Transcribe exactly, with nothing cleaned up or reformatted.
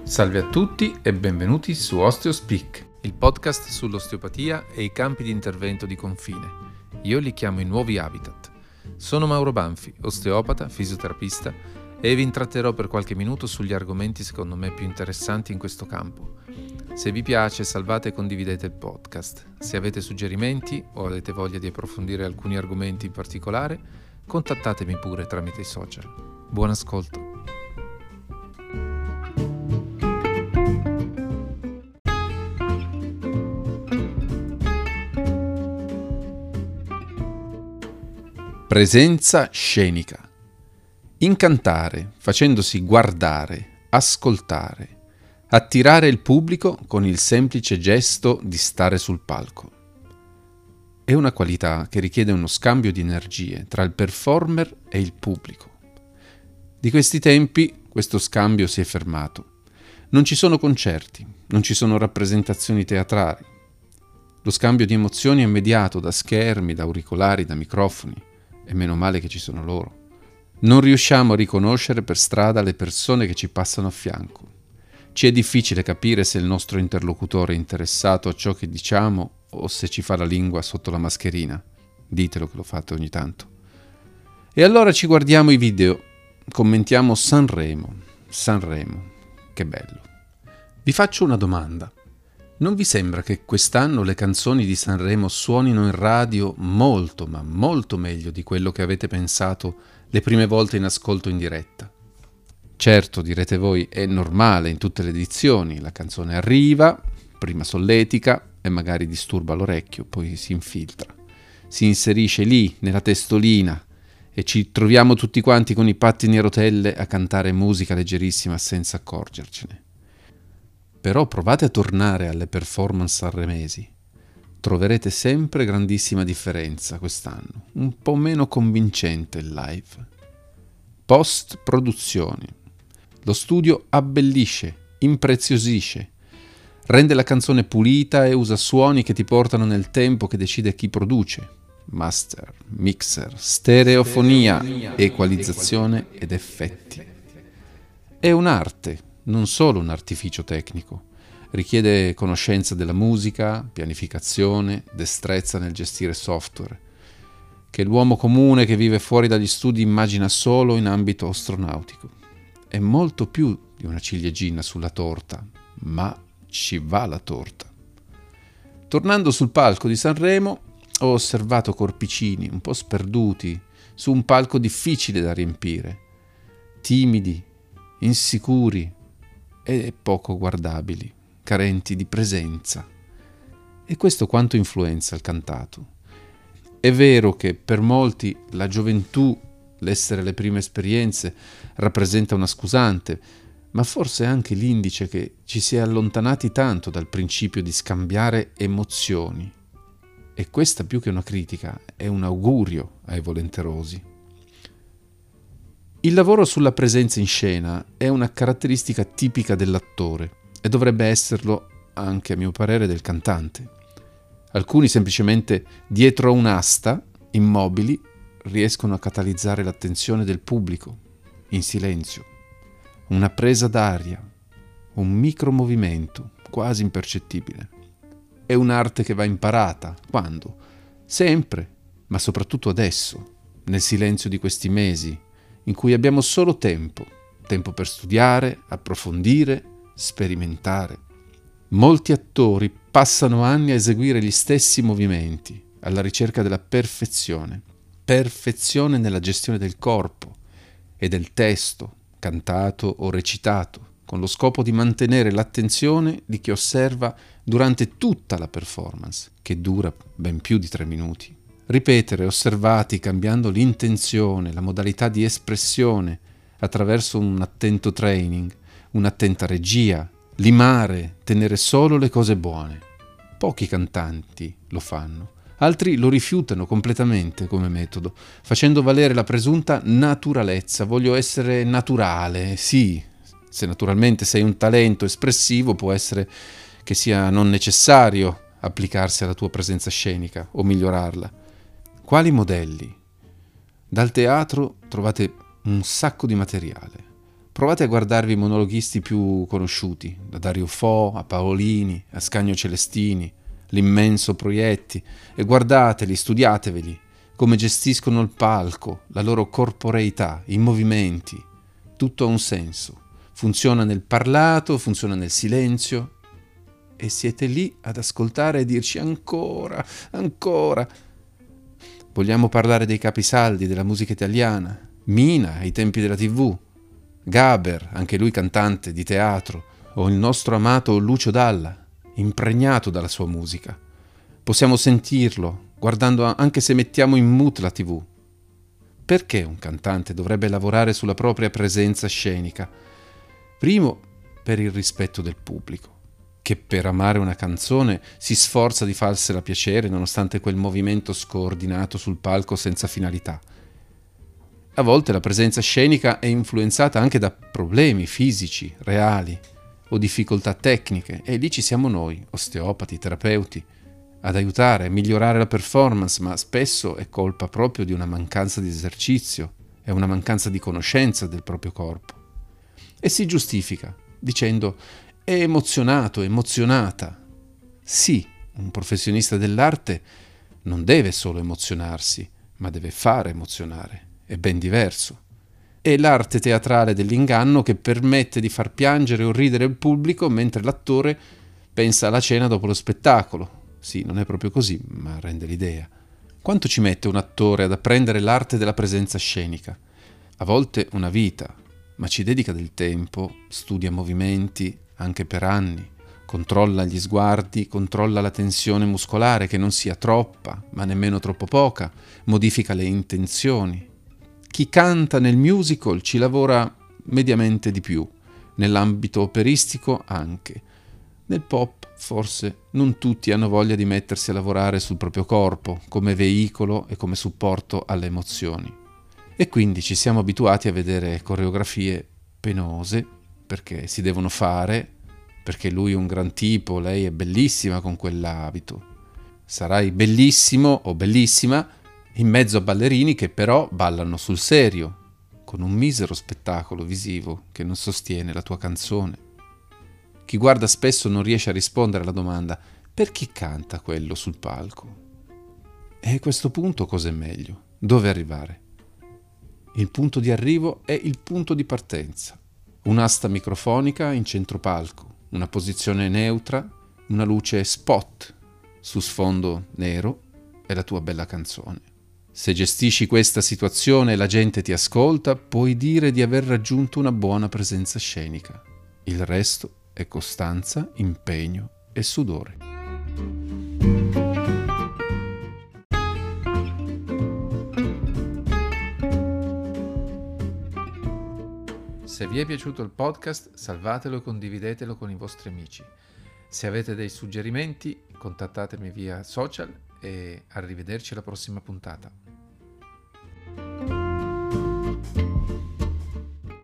Salve a tutti e benvenuti su OsteoSpeak, il podcast sull'osteopatia e i campi di intervento di confine. Io li chiamo i nuovi habitat. Sono Mauro Banfi, osteopata, fisioterapista, e vi intratterò per qualche minuto sugli argomenti secondo me più interessanti in questo campo. Se vi piace, salvate e condividete il podcast. Se avete suggerimenti o avete voglia di approfondire alcuni argomenti in particolare, contattatemi pure tramite i social. Buon ascolto! Presenza scenica. Incantare, facendosi guardare, ascoltare, attirare il pubblico con il semplice gesto di stare sul palco. È una qualità che richiede uno scambio di energie tra il performer e il pubblico. Di questi tempi questo scambio si è fermato. Non ci sono concerti, non ci sono rappresentazioni teatrali. Lo scambio di emozioni è mediato da schermi, da auricolari, da microfoni. E meno male che ci sono loro. Non riusciamo a riconoscere per strada le persone che ci passano a fianco. Ci è difficile capire se il nostro interlocutore è interessato a ciò che diciamo o se ci fa la lingua sotto la mascherina. Ditelo che lo fate ogni tanto. E allora ci guardiamo i video, commentiamo Sanremo. Sanremo, che bello. Vi faccio una domanda. Non vi sembra che quest'anno le canzoni di Sanremo suonino in radio molto, ma molto meglio di quello che avete pensato le prime volte in ascolto in diretta? Certo, direte voi, è normale in tutte le edizioni, la canzone arriva, prima solletica e magari disturba l'orecchio, poi si infiltra, si inserisce lì, nella testolina, e ci troviamo tutti quanti con i pattini a rotelle a cantare musica leggerissima senza accorgercene. Però provate a tornare alle performance sanremesi. Troverete sempre grandissima differenza quest'anno, un po' meno convincente il live. Post-produzione. Lo studio abbellisce, impreziosisce, rende la canzone pulita e usa suoni che ti portano nel tempo che decide chi produce. Master, mixer, stereofonia, stereofonia equalizzazione ed effetti. È un'arte. Non solo un artificio tecnico, richiede conoscenza della musica, pianificazione, destrezza nel gestire software, che l'uomo comune che vive fuori dagli studi immagina solo in ambito astronautico. È molto più di una ciliegina sulla torta, ma ci va la torta. Tornando sul palco di Sanremo, ho osservato corpicini un po' sperduti su un palco difficile da riempire, timidi, insicuri, e poco guardabili, carenti di presenza. E questo quanto influenza il cantato. È vero che per molti la gioventù, l'essere le prime esperienze, rappresenta una scusante, ma forse è anche l'indice che ci si è allontanati tanto dal principio di scambiare emozioni. E questa più che una critica è un augurio ai volenterosi. Il lavoro sulla presenza in scena è una caratteristica tipica dell'attore e dovrebbe esserlo anche, a mio parere, del cantante. Alcuni semplicemente dietro a un'asta, immobili, riescono a catalizzare l'attenzione del pubblico, in silenzio. Una presa d'aria, un micromovimento quasi impercettibile. È un'arte che va imparata. Quando? Sempre, ma soprattutto adesso, nel silenzio di questi mesi, in cui abbiamo solo tempo, tempo per studiare, approfondire, sperimentare. Molti attori passano anni a eseguire gli stessi movimenti, alla ricerca della perfezione, perfezione nella gestione del corpo e del testo, cantato o recitato, con lo scopo di mantenere l'attenzione di chi osserva durante tutta la performance, che dura ben più di tre minuti. Ripetere osservati cambiando l'intenzione, la modalità di espressione attraverso un attento training, un'attenta regia, limare, tenere solo le cose buone. Pochi cantanti lo fanno, altri lo rifiutano completamente come metodo, facendo valere la presunta naturalezza. Voglio essere naturale, sì, se naturalmente sei un talento espressivo può essere che sia non necessario applicarsi alla tua presenza scenica o migliorarla. Quali modelli? Dal teatro trovate un sacco di materiale. Provate a guardarvi i monologhisti più conosciuti, da Dario Fo a Paolini, a Scagno Celestini, l'immenso Proietti, e guardateli, studiateveli, come gestiscono il palco, la loro corporeità, i movimenti. Tutto ha un senso. Funziona nel parlato, funziona nel silenzio. E siete lì ad ascoltare e dirci ancora, ancora. Vogliamo parlare dei capisaldi della musica italiana? Mina, ai tempi della tivù. Gaber, anche lui cantante di teatro. O il nostro amato Lucio Dalla, impregnato dalla sua musica. Possiamo sentirlo, guardando anche se mettiamo in mute la tivù. Perché un cantante dovrebbe lavorare sulla propria presenza scenica? Primo, per il rispetto del pubblico, che per amare una canzone si sforza di farsela piacere nonostante quel movimento scordinato sul palco senza finalità. A volte la presenza scenica è influenzata anche da problemi fisici, reali, o difficoltà tecniche, e lì ci siamo noi, osteopati, terapeuti, ad aiutare a migliorare la performance, ma spesso è colpa proprio di una mancanza di esercizio, è una mancanza di conoscenza del proprio corpo. E si giustifica, dicendo è emozionato, emozionata. Sì, un professionista dell'arte non deve solo emozionarsi, ma deve fare emozionare. È ben diverso. È l'arte teatrale dell'inganno che permette di far piangere o ridere il pubblico mentre l'attore pensa alla cena dopo lo spettacolo. Sì, non è proprio così, ma rende l'idea. Quanto ci mette un attore ad apprendere l'arte della presenza scenica? A volte una vita, ma ci dedica del tempo, studia movimenti, anche per anni, controlla gli sguardi, controlla la tensione muscolare che non sia troppa, ma nemmeno troppo poca, modifica le intenzioni. Chi canta nel musical ci lavora mediamente di più, nell'ambito operistico anche. Nel pop forse non tutti hanno voglia di mettersi a lavorare sul proprio corpo come veicolo e come supporto alle emozioni. E quindi ci siamo abituati a vedere coreografie penose perché si devono fare, perché lui è un gran tipo, lei è bellissima con quell'abito. Sarai bellissimo o bellissima in mezzo a ballerini che però ballano sul serio, con un misero spettacolo visivo che non sostiene la tua canzone. Chi guarda spesso non riesce a rispondere alla domanda per chi canta quello sul palco? E a questo punto cos'è meglio? Dove arrivare? Il punto di arrivo è il punto di partenza. Un'asta microfonica in centro palco, una posizione neutra, una luce spot su sfondo nero e la tua bella canzone. Se gestisci questa situazione e la gente ti ascolta, puoi dire di aver raggiunto una buona presenza scenica. Il resto è costanza, impegno e sudore. Se vi è piaciuto il podcast, salvatelo e condividetelo con i vostri amici. Se avete dei suggerimenti, contattatemi via social e arrivederci alla prossima puntata.